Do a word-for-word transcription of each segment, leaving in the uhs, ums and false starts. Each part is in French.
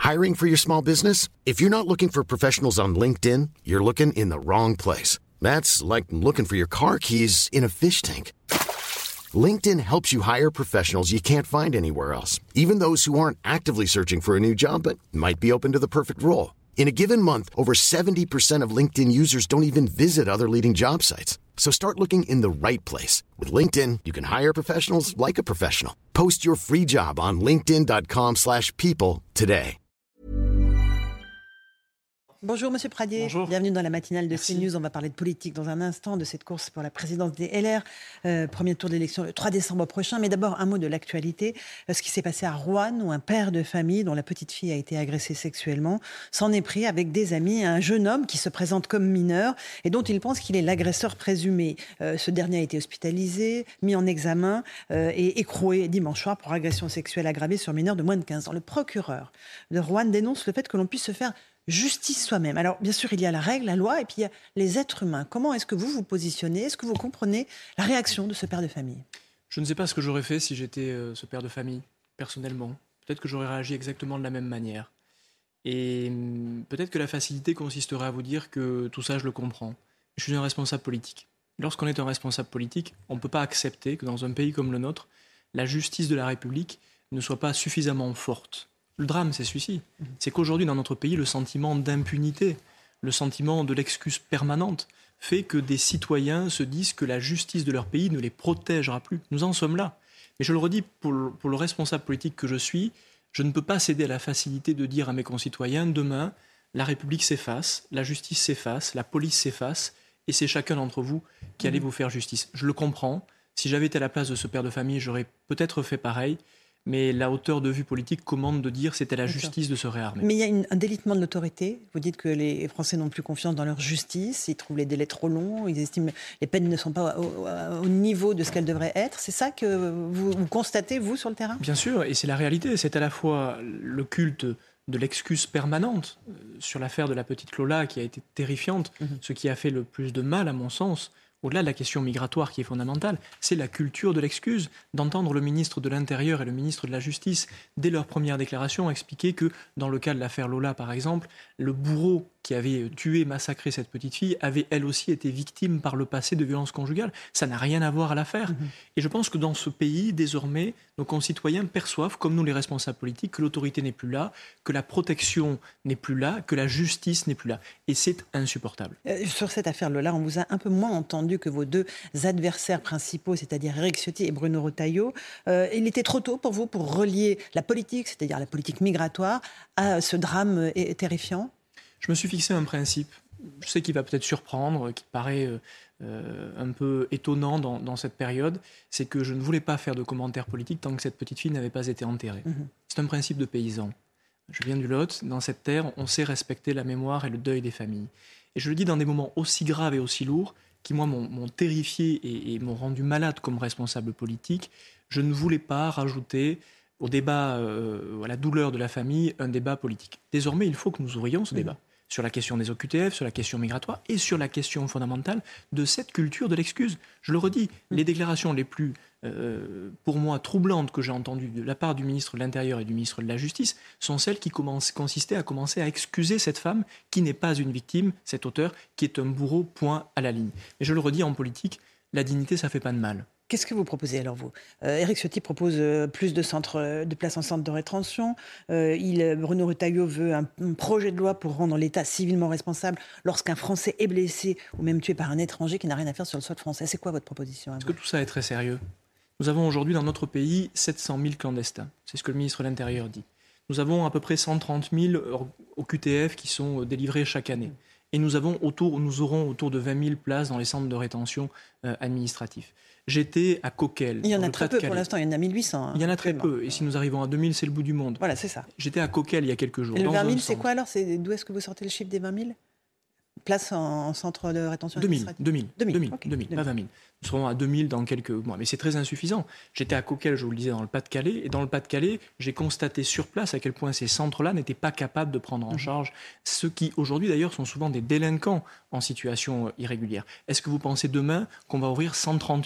Hiring for your small business? If you're not looking for professionals on LinkedIn, you're looking in the wrong place. That's like looking for your car keys in a fish tank. LinkedIn helps you hire professionals you can't find anywhere else, even those who aren't actively searching for a new job but might be open to the perfect role. In a given month, over seventy percent of LinkedIn users don't even visit other leading job sites. So start looking in the right place. With LinkedIn, you can hire professionals like a professional. Post your free job on linkedin.com slash people today. Bonjour Monsieur Pradier, Bonjour. Bienvenue dans la matinale de Merci. CNews. On va parler de politique dans un instant, de cette course pour la présidence des L R. Euh, premier tour d'élection le trois décembre prochain. Mais d'abord, un mot de l'actualité. Ce qui s'est passé à Roanne, où un père de famille dont la petite fille a été agressée sexuellement s'en est pris avec des amis à un jeune homme qui se présente comme mineur et dont il pense qu'il est l'agresseur présumé. Euh, ce dernier a été hospitalisé, mis en examen euh, et écroué dimanche soir pour agression sexuelle aggravée sur mineur de moins de quinze ans. Le procureur de Roanne dénonce le fait que l'on puisse se faire justice soi-même. Alors, bien sûr, il y a la règle, la loi, et puis il y a les êtres humains. Comment est-ce que vous vous positionnez ? Est-ce que vous comprenez la réaction de ce père de famille ? Je ne sais pas ce que j'aurais fait si j'étais euh, ce père de famille, personnellement. Peut-être que j'aurais réagi exactement de la même manière. Et hum, peut-être que la facilité consisterait à vous dire que tout ça, je le comprends. Je suis un responsable politique. Lorsqu'on est un responsable politique, on ne peut pas accepter que dans un pays comme le nôtre, la justice de la République ne soit pas suffisamment forte. Le drame, c'est celui-ci. C'est qu'aujourd'hui, dans notre pays, le sentiment d'impunité, le sentiment de l'excuse permanente, fait que des citoyens se disent que la justice de leur pays ne les protégera plus. Nous en sommes là. Mais je le redis, pour le, pour le responsable politique que je suis, je ne peux pas céder à la facilité de dire à mes concitoyens, demain, la République s'efface, la justice s'efface, la police s'efface, et c'est chacun d'entre vous qui allez vous faire justice. Je le comprends. Si j'avais été à la place de ce père de famille, j'aurais peut-être fait pareil. Mais la hauteur de vue politique commande de dire que c'est à la justice de se réarmer. Mais il y a une, un délitement de l'autorité. Vous dites que les Français n'ont plus confiance dans leur justice, ils trouvent les délais trop longs, ils estiment que les peines ne sont pas au, au niveau de ce qu'elles devraient être. C'est ça que vous, vous constatez, vous, sur le terrain ? Bien sûr, et c'est la réalité. C'est à la fois le culte de l'excuse permanente sur l'affaire de la petite Lola qui a été terrifiante, mmh. ce qui a fait le plus de mal, à mon sens, au-delà de la question migratoire qui est fondamentale, c'est la culture de l'excuse, d'entendre le ministre de l'Intérieur et le ministre de la Justice, dès leur première déclaration, expliquer que, dans le cas de l'affaire Lola, par exemple, le bourreau qui avait tué, massacré cette petite fille, avait elle aussi été victime par le passé de violences conjugales. Ça n'a rien à voir à l'affaire. Mmh. Et je pense que dans ce pays, désormais, nos concitoyens perçoivent, comme nous les responsables politiques, que l'autorité n'est plus là, que la protection n'est plus là, que la justice n'est plus là. Et c'est insupportable. Euh, sur cette affaire Lola, on vous a un peu moins entendu que vos deux adversaires principaux, c'est-à-dire Éric Ciotti et Bruno Retailleau. Euh, il était trop tôt pour vous pour relier la politique, c'est-à-dire la politique migratoire, à ce drame euh, terrifiant ? Je me suis fixé un principe, je sais qu'il va peut-être surprendre, qui paraît euh, un peu étonnant dans, dans cette période, c'est que je ne voulais pas faire de commentaires politiques tant que cette petite fille n'avait pas été enterrée. Mmh. C'est un principe de paysan. Je viens du Lot, dans cette terre, on sait respecter la mémoire et le deuil des familles. Et je le dis dans des moments aussi graves et aussi lourds, qui moi m'ont, m'ont terrifié et, et m'ont rendu malade comme responsable politique. Je ne voulais pas rajouter au débat, euh, à la douleur de la famille, un débat politique. Désormais, il faut que nous ouvrions ce mmh. débat sur la question des O Q T F, sur la question migratoire et sur la question fondamentale de cette culture de l'excuse. Je le redis, mmh. les déclarations les plus, euh, pour moi, troublantes que j'ai entendues de la part du ministre de l'Intérieur et du ministre de la Justice sont celles qui commencent, consistaient à commencer à excuser cette femme qui n'est pas une victime, cet auteur, qui est un bourreau, point à la ligne. Mais je le redis, en politique, la dignité, ça fait pas de mal. Qu'est-ce que vous proposez alors, vous ? euh, Éric Ciotti propose euh, plus de, centres, de places en centre de rétention. Euh, il, Bruno Retailleau veut un, un projet de loi pour rendre l'État civilement responsable lorsqu'un Français est blessé ou même tué par un étranger qui n'a rien à faire sur le sol français. C'est quoi votre proposition ? Est-ce que tout ça est très sérieux ? Nous avons aujourd'hui dans notre pays sept cent mille clandestins. C'est ce que le ministre de l'Intérieur dit. Nous avons à peu près cent trente mille O Q T F qui sont délivrés chaque année. Et nous, avons autour, nous aurons autour de vingt mille places dans les centres de rétention euh, administratifs. J'étais à Coquelles. Il y en a très peu pour l'instant, il y en a mille huit cents. Hein, il y en a très vraiment. peu, et si nous arrivons à deux mille, c'est le bout du monde. Voilà, c'est ça. J'étais à Coquelles il y a quelques jours. Et le vingt mille, c'est quoi alors ? c'est, D'où est-ce que vous sortez le chiffre des vingt mille ? Place en, en centre de rétention administrative ? deux mille, deux mille, deux mille, okay. deux mille, pas vingt mille. Nous serons à deux mille dans quelques mois, mais c'est très insuffisant. J'étais à Coquelles, je vous le disais, dans le Pas-de-Calais, et dans le Pas-de-Calais, j'ai constaté sur place à quel point ces centres-là n'étaient pas capables de prendre en charge ceux qui, aujourd'hui d'ailleurs, sont souvent des délinquants en situation irrégulière. Est-ce que vous pensez demain qu'on va ouvrir cent trente mille places ?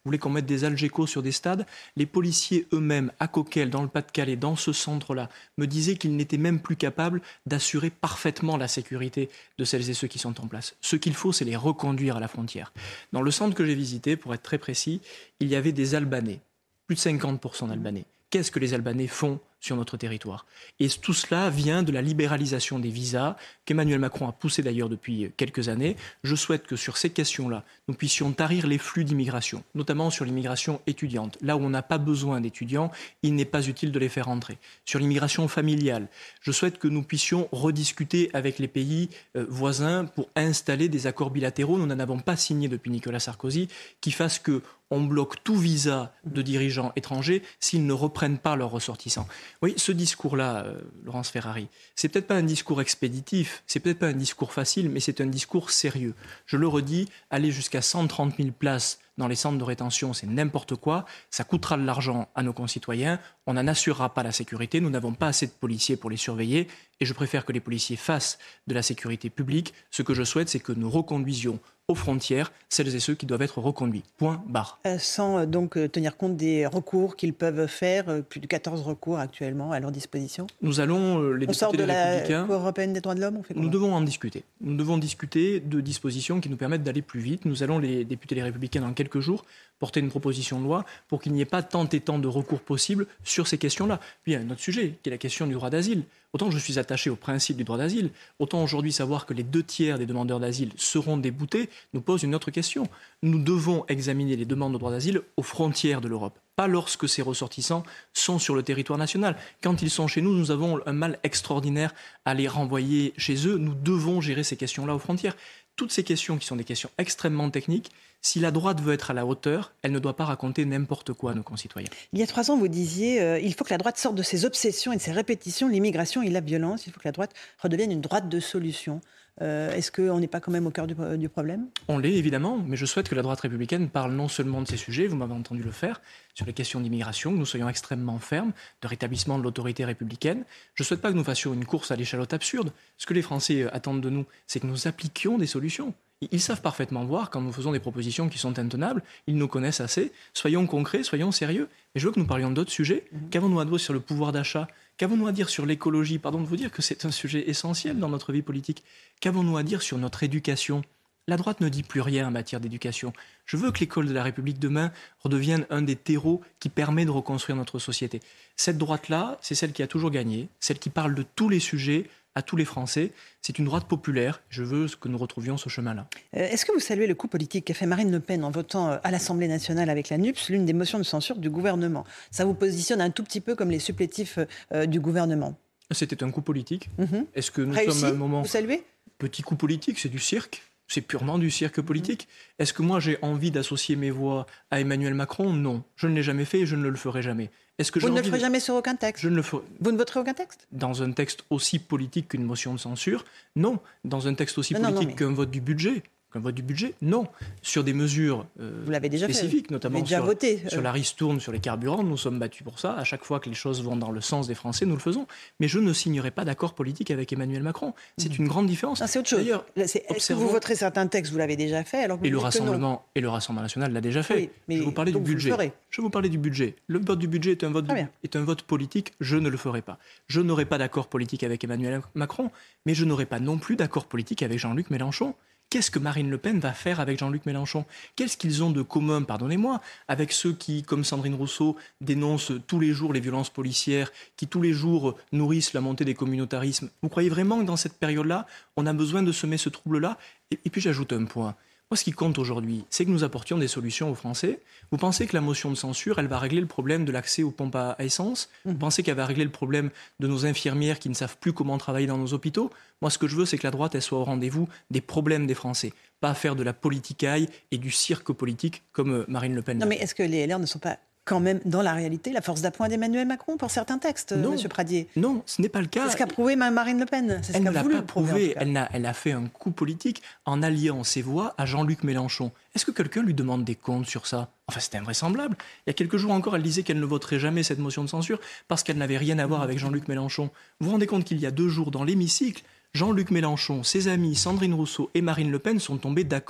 Vous voulez qu'on mette des Algeco sur des stades? Les policiers eux-mêmes, à Coquelles, dans le Pas-de-Calais, dans ce centre-là, me disaient qu'ils n'étaient même plus capables d'assurer parfaitement la sécurité de celles et ceux qui sont en place. Ce qu'il faut, c'est les reconduire à la frontière. Dans le centre que j'ai visité, pour être très précis, il y avait des Albanais, plus de cinquante pour cent d'Albanais. Qu'est-ce que les Albanais font sur notre territoire? Et tout cela vient de la libéralisation des visas, qu'Emmanuel Macron a poussé d'ailleurs depuis quelques années. Je souhaite que sur ces questions-là, nous puissions tarir les flux d'immigration, notamment sur l'immigration étudiante. Là où on n'a pas besoin d'étudiants, il n'est pas utile de les faire entrer. Sur l'immigration familiale, je souhaite que nous puissions rediscuter avec les pays euh, voisins pour installer des accords bilatéraux. Nous n'en avons pas signé depuis Nicolas Sarkozy, qui fassent que on bloque tout visa de dirigeants étrangers s'ils ne reprennent pas leurs ressortissants. Oui, ce discours-là, euh, Laurence Ferrari, c'est peut-être pas un discours expéditif, c'est peut-être pas un discours facile, mais c'est un discours sérieux. Je le redis, aller jusqu'à cent trente mille places dans les centres de rétention, c'est n'importe quoi. Ça coûtera de l'argent à nos concitoyens. On n'en assurera pas la sécurité. Nous n'avons pas assez de policiers pour les surveiller. Et je préfère que les policiers fassent de la sécurité publique. Ce que je souhaite, c'est que nous reconduisions aux frontières celles et ceux qui doivent être reconduits. Point barre. Euh, sans euh, donc euh, tenir compte des recours qu'ils peuvent faire, euh, plus de quatorze recours actuellement à leur disposition. Nous allons, euh, les on députés sort de les la Républicains... Cour européenne des droits de l'homme, on fait comment? Nous devons en discuter. Nous devons discuter de dispositions qui nous permettent d'aller plus vite. Nous allons, les députés les Républicains, dans quelques jours, porter une proposition de loi pour qu'il n'y ait pas tant et tant de recours possibles sur ces questions-là. Puis il y a un autre sujet, qui est la question du droit d'asile. Autant je suis attaché au principe du droit d'asile, autant aujourd'hui savoir que les deux tiers des demandeurs d'asile seront déboutés nous pose une autre question. Nous devons examiner les demandes de droit d'asile aux frontières de l'Europe, pas lorsque ces ressortissants sont sur le territoire national. Quand ils sont chez nous, nous avons un mal extraordinaire à les renvoyer chez eux. Nous devons gérer ces questions-là aux frontières. Toutes ces questions qui sont des questions extrêmement techniques, si la droite veut être à la hauteur, elle ne doit pas raconter n'importe quoi à nos concitoyens. Il y a trois ans, vous disiez euh, il faut que la droite sorte de ses obsessions et de ses répétitions, l'immigration et la violence. Il faut que la droite redevienne une droite de solution. Euh, est-ce qu'on n'est pas quand même au cœur du, du problème? On l'est, évidemment, mais je souhaite que la droite républicaine parle non seulement de ces sujets, vous m'avez entendu le faire, sur les questions d'immigration, que nous soyons extrêmement fermes, de rétablissement de l'autorité républicaine. Je ne souhaite pas que nous fassions une course à l'échalote absurde. Ce que les Français attendent de nous, c'est que nous appliquions des solutions. Ils savent parfaitement voir quand nous faisons des propositions qui sont intenables, ils nous connaissent assez. Soyons concrets, soyons sérieux. Mais je veux que nous parlions d'autres sujets. Mmh. Qu'avons-nous à dire sur le pouvoir d'achat? Qu'avons-nous à dire sur l'écologie? Pardon de vous dire que c'est un sujet essentiel dans notre vie politique. Qu'avons-nous à dire sur notre éducation? La droite ne dit plus rien en matière d'éducation. Je veux que l'école de la République demain redevienne un des terreaux qui permet de reconstruire notre société. Cette droite-là, c'est celle qui a toujours gagné, celle qui parle de tous les sujets à tous les Français. C'est une droite populaire. Je veux que nous retrouvions ce chemin-là. Euh, est-ce que vous saluez le coup politique qu'a fait Marine Le Pen en votant à l'Assemblée nationale avec la N U P S l'une des motions de censure du gouvernement? Ça vous positionne un tout petit peu comme les supplétifs euh, du gouvernement? C'était un coup politique. Mm-hmm. Est-ce que nous Réussi, sommes à un moment... Vous saluez? Petit coup politique, c'est du cirque. C'est purement du cirque politique. Mmh. Est-ce que moi j'ai envie d'associer mes voix à Emmanuel Macron? Non. Je ne l'ai jamais fait et je ne le ferai jamais. Est-ce que Vous ne le ferez de... jamais sur aucun texte? Je ne le ferai... Vous ne voterez aucun texte? Dans un texte aussi politique qu'une motion de censure? Non. Dans un texte aussi non, politique non, mais... qu'un vote du budget? Qu'un vote du budget? Non. Sur des mesures euh, Vous l'avez déjà spécifiques, fait. notamment déjà sur, voté. sur la ristourne, sur les carburants, nous sommes battus pour ça. À chaque fois que les choses vont dans le sens des Français, nous le faisons. Mais je ne signerai pas d'accord politique avec Emmanuel Macron. C'est mmh. une grande différence. Non, c'est autre chose. D'ailleurs, c'est, est-ce observons... que vous voterez certains textes? Vous l'avez déjà fait. Alors que et, vous le Rassemblement, et le Rassemblement national l'a déjà fait. Oui, mais je vais vous parler du budget. Je vais vous parler du budget. Le vote du budget est un vote, du, est un vote politique. Je ne le ferai pas. Je n'aurai pas d'accord politique avec Emmanuel Macron, mais je n'aurai pas non plus d'accord politique avec Jean-Luc Mélenchon. Qu'est-ce que Marine Le Pen va faire avec Jean-Luc Mélenchon? Qu'est-ce qu'ils ont de commun, pardonnez-moi, avec ceux qui, comme Sandrine Rousseau, dénoncent tous les jours les violences policières, qui tous les jours nourrissent la montée des communautarismes? Vous croyez vraiment que dans cette période-là, on a besoin de semer ce trouble-là? et, et puis j'ajoute un point. Moi, ce qui compte aujourd'hui, c'est que nous apportions des solutions aux Français. Vous pensez que la motion de censure, elle va régler le problème de l'accès aux pompes à essence? Vous pensez qu'elle va régler le problème de nos infirmières qui ne savent plus comment travailler dans nos hôpitaux? Moi, ce que je veux, c'est que la droite, elle soit au rendez-vous des problèmes des Français, pas faire de la politicaille et du cirque politique comme Marine Le Pen. Non, mais est-ce que les L R ne sont pas quand même, dans la réalité, la force d'appoint d'Emmanuel Macron pour certains textes, non, M. Pradier? Non, ce n'est pas le cas. C'est ce qu'a prouvé Marine Le Pen. C'est ce elle qu'a ne l'a voulu pas prouver, prouvé. Elle, n'a, elle a fait un coup politique en alliant ses voix à Jean-Luc Mélenchon. Est-ce que quelqu'un lui demande des comptes sur ça? Enfin, c'est invraisemblable. Il y a quelques jours encore, elle disait qu'elle ne voterait jamais cette motion de censure parce qu'elle n'avait rien à voir avec Jean-Luc Mélenchon. Vous vous rendez compte qu'il y a deux jours, dans l'hémicycle, Jean-Luc Mélenchon, ses amis, Sandrine Rousseau et Marine Le Pen sont tombés d'accord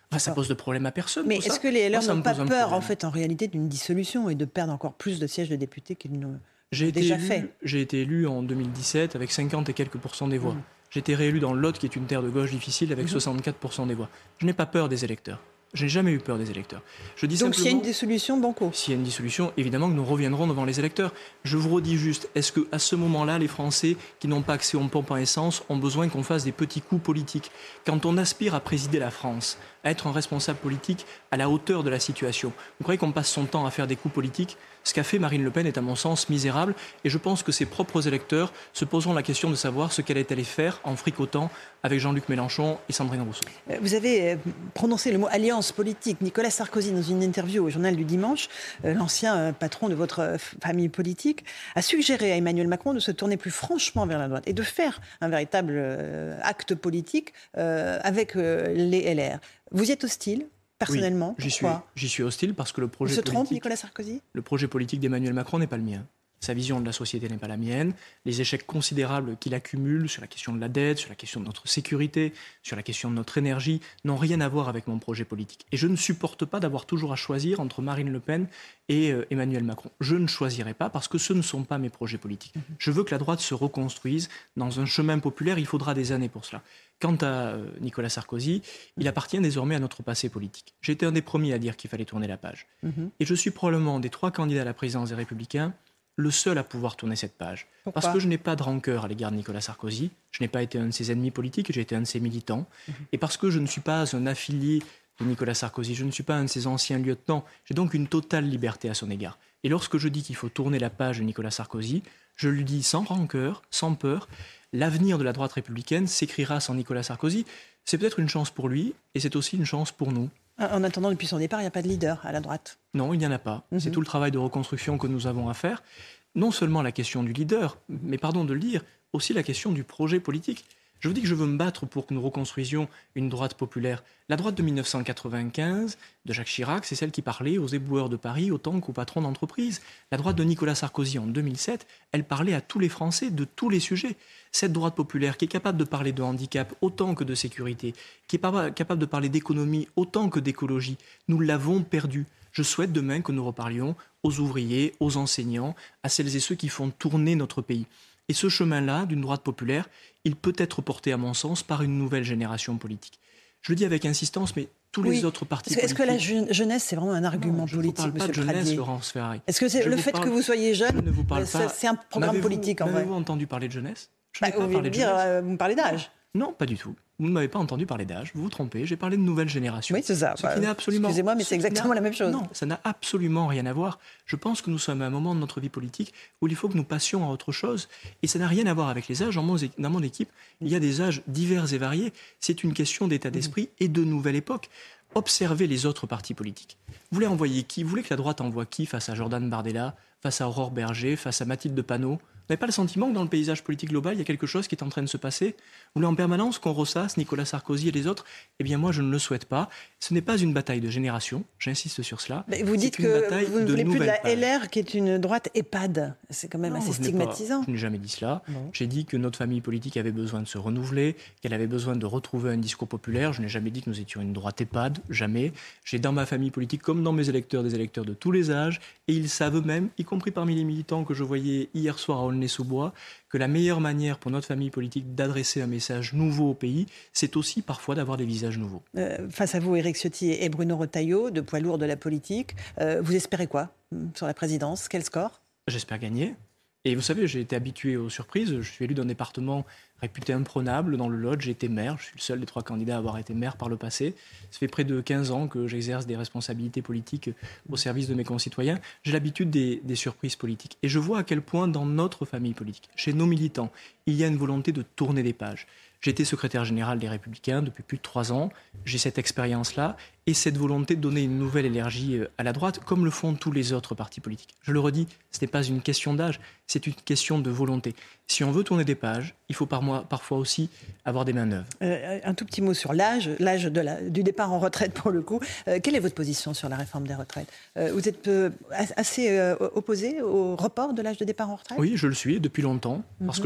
Enfin, ça pose de problème à personne. Mais tout est-ce ça. que les L R Moi, n'ont pas peur, problème. en fait, en réalité, d'une dissolution et de perdre encore plus de sièges de députés qu'ils ne J'ai ont été, déjà élu, fait j'ai été élu en deux mille dix-sept avec cinquante et quelques pourcents des voix. Mmh. J'ai été réélu dans le Lot, qui est une terre de gauche difficile, avec mmh. soixante-quatre pour cent des voix. Je n'ai pas peur des électeurs. Je n'ai jamais eu peur des électeurs. Je dis Donc s'il y a une simplement, dissolution, banco. S'il y a une dissolution, évidemment que nous reviendrons devant les électeurs. Je vous redis juste, est-ce qu'à ce moment-là, les Français qui n'ont pas accès aux pompes à essence ont besoin qu'on fasse des petits coups politiques ? Quand on aspire à présider la France, à être un responsable politique à la hauteur de la situation, vous croyez qu'on passe son temps à faire des coups politiques ? Ce qu'a fait Marine Le Pen est à mon sens misérable et je pense que ses propres électeurs se poseront la question de savoir ce qu'elle est allée faire en fricotant avec Jean-Luc Mélenchon et Sandrine Rousseau. Vous avez prononcé le mot alliance politique. Nicolas Sarkozy, dans une interview au Journal du Dimanche, l'ancien patron de votre famille politique, a suggéré à Emmanuel Macron de se tourner plus franchement vers la droite et de faire un véritable acte politique avec les L R. Vous y êtes hostile ? Personnellement, oui, j'y suis, j'y suis hostile parce que le projet Il se politique, trompe, Nicolas Sarkozy ? Le projet politique d'Emmanuel Macron n'est pas le mien. Sa vision de la société n'est pas la mienne. Les échecs considérables qu'il accumule sur la question de la dette, sur la question de notre sécurité, sur la question de notre énergie, n'ont rien à voir avec mon projet politique. Et je ne supporte pas d'avoir toujours à choisir entre Marine Le Pen et euh, Emmanuel Macron. Je ne choisirai pas parce que ce ne sont pas mes projets politiques. Mmh. Je veux que la droite se reconstruise dans un chemin populaire. Il faudra des années pour cela. Quant à euh, Nicolas Sarkozy, il appartient désormais à notre passé politique. J'ai été un des premiers à dire qu'il fallait tourner la page. Mmh. Et je suis probablement des trois candidats à la présidence des Républicains le seul à pouvoir tourner cette page. Pourquoi ? Parce que je n'ai pas de rancœur à l'égard de Nicolas Sarkozy, je n'ai pas été un de ses ennemis politiques, j'ai été un de ses militants, mmh. et parce que je ne suis pas un affilié de Nicolas Sarkozy, je ne suis pas un de ses anciens lieutenants, j'ai donc une totale liberté à son égard. Et lorsque je dis qu'il faut tourner la page de Nicolas Sarkozy, je lui dis sans rancœur, sans peur, l'avenir de la droite républicaine s'écrira sans Nicolas Sarkozy. C'est peut-être une chance pour lui, et c'est aussi une chance pour nous. En attendant, depuis son départ, il n'y a pas de leader à la droite. Non, il n'y en a pas. Mmh. C'est tout le travail de reconstruction que nous avons à faire. Non seulement la question du leader, mais pardon de le dire, aussi la question du projet politique. Je vous dis que je veux me battre pour que nous reconstruisions une droite populaire. La droite de mille neuf cent quatre-vingt-quinze, de Jacques Chirac, c'est celle qui parlait aux éboueurs de Paris autant qu'aux patrons d'entreprise. La droite de Nicolas Sarkozy en deux mille sept, elle parlait à tous les Français de tous les sujets. Cette droite populaire qui est capable de parler de handicap autant que de sécurité, qui est capable de parler d'économie autant que d'écologie, nous l'avons perdue. Je souhaite demain que nous reparlions aux ouvriers, aux enseignants, à celles et ceux qui font tourner notre pays. Et ce chemin-là, d'une droite populaire, il peut être porté, à mon sens, par une nouvelle génération politique. Je le dis avec insistance, mais tous oui. les autres partis est-ce que, politiques... Est-ce que la jeunesse, c'est vraiment un argument non, politique, je ne vous parle pas de jeunesse, Pradier. Laurence Ferrari. Est-ce que c'est je le fait parle... que vous soyez jeune, je ne vous parle ça, pas... c'est un programme politique, en vrai. Avez-vous entendu parler de jeunesse? Je bah, n'ai pas vous parlé de dire, jeunesse. euh, vous me parlez d'âge. Non, pas du tout. Vous ne m'avez pas entendu parler d'âge, vous vous trompez, j'ai parlé de nouvelle génération. Oui, c'est ça. Ce bah, qui n'est absolument... Excusez-moi, mais c'est exactement la même chose. Non, ça n'a absolument rien à voir. Je pense que nous sommes à un moment de notre vie politique où il faut que nous passions à autre chose. Et ça n'a rien à voir avec les âges. Dans mon, dans mon équipe, il y a des âges divers et variés. C'est une question d'état d'esprit mmh. et de nouvelle époque. Observez les autres partis politiques. Vous voulez envoyer qui? Vous voulez que la droite envoie qui face à Jordan Bardella, face à Aurore Berger, face à Mathilde Panot? Vous n'avez pas le sentiment que dans le paysage politique global, il y a quelque chose qui est en train de se passer? Vous voulez en permanence qu'on ressasse Nicolas Sarkozy et les autres? Eh bien moi, je ne le souhaite pas. Ce n'est pas une bataille de génération, j'insiste sur cela. Mais vous dites que vous ne voulez plus de la L R qui est une droite EHPAD. C'est quand même non, assez stigmatisant. Pas, je n'ai jamais dit cela. Non. J'ai dit que notre famille politique avait besoin de se renouveler, qu'elle avait besoin de retrouver un discours populaire. Je n'ai jamais dit que nous étions une droite EHPAD, jamais. J'ai dans ma famille politique, comme dans mes électeurs, des électeurs de tous les âges, et ils savent eux-mêmes, y compris parmi les militants que je voyais hier soir à Aulnay-sous-Bois, que la meilleure manière pour notre famille politique d'adresser un message nouveau au pays, c'est aussi parfois d'avoir des visages nouveaux. Euh, face à vous, Éric Ciotti et Bruno Retailleau, deux poids lourds de la politique, euh, vous espérez quoi sur la présidence? Quel score? J'espère gagner. Et vous savez, j'ai été habitué aux surprises. Je suis élu d'un département réputé imprenable dans le Lot. J'ai été maire. Je suis le seul des trois candidats à avoir été maire par le passé. Ça fait près de quinze ans que j'exerce des responsabilités politiques au service de mes concitoyens. J'ai l'habitude des, des surprises politiques. Et je vois à quel point dans notre famille politique, chez nos militants, il y a une volonté de tourner des pages. J'ai été secrétaire général des Républicains depuis plus de trois ans. J'ai cette expérience-là et cette volonté de donner une nouvelle énergie à la droite, comme le font tous les autres partis politiques. Je le redis, ce n'est pas une question d'âge, c'est une question de volonté. Si on veut tourner des pages, il faut par moi, parfois aussi avoir des mains neuves. Euh, un tout petit mot sur l'âge, l'âge de la, du départ en retraite pour le coup. Euh, quelle est votre position sur la réforme des retraites? euh, Vous êtes euh, assez euh, opposé au report de l'âge de départ en retraite? Oui, je le suis depuis longtemps, parce mm-hmm. que je considère que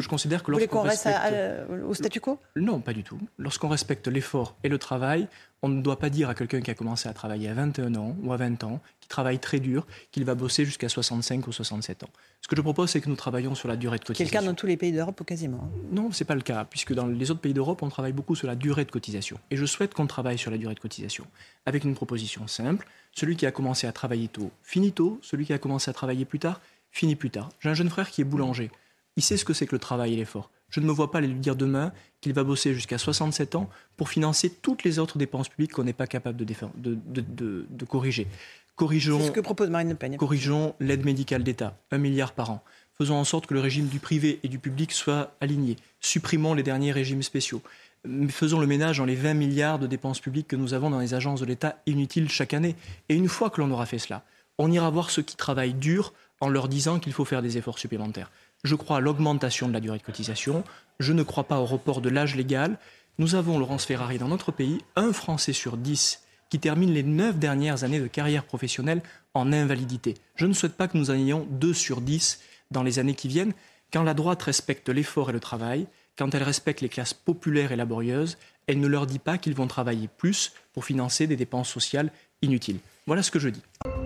que Vous voulez lorsqu'on qu'on reste respecte... à, à, au statu quo ? Non, pas du tout. Lorsqu'on respecte l'effort et le travail, on ne doit pas dire à quelqu'un qui a commencé à travailler à vingt et un ans ou à vingt ans, qui travaille très dur, qu'il va bosser jusqu'à soixante-cinq ou soixante-sept ans. Ce que je propose, c'est que nous travaillions sur la durée de cotisation. C'est le cas dans tous les pays d'Europe ou quasiment. Non, ce n'est pas le cas, puisque dans les autres pays d'Europe, on travaille beaucoup sur la durée de cotisation. Et je souhaite qu'on travaille sur la durée de cotisation, avec une proposition simple. Celui qui a commencé à travailler tôt, finit tôt. Celui qui a commencé à travailler plus tard, finit plus tard. J'ai un jeune frère qui est boulanger. Il sait ce que c'est que le travail et l'effort. Je ne me vois pas aller lui dire demain qu'il va bosser jusqu'à soixante-sept ans pour financer toutes les autres dépenses publiques qu'on n'est pas capable de, défendre, de, de, de, de corriger. Corrigeons, c'est ce que propose Marine Le Pen. Corrigeons l'aide médicale d'État, un milliard par an. Faisons en sorte que le régime du privé et du public soit aligné. Supprimons les derniers régimes spéciaux. Faisons le ménage dans les vingt milliards de dépenses publiques que nous avons dans les agences de l'État inutiles chaque année. Et une fois que l'on aura fait cela, on ira voir ceux qui travaillent dur en leur disant qu'il faut faire des efforts supplémentaires. Je crois à l'augmentation de la durée de cotisation. Je ne crois pas au report de l'âge légal. Nous avons, Laurence Ferrari, dans notre pays, un Français sur dix qui termine les neuf dernières années de carrière professionnelle en invalidité. Je ne souhaite pas que nous en ayons deux sur dix dans les années qui viennent. Quand la droite respecte l'effort et le travail, quand elle respecte les classes populaires et laborieuses, elle ne leur dit pas qu'ils vont travailler plus pour financer des dépenses sociales inutiles. Voilà ce que je dis.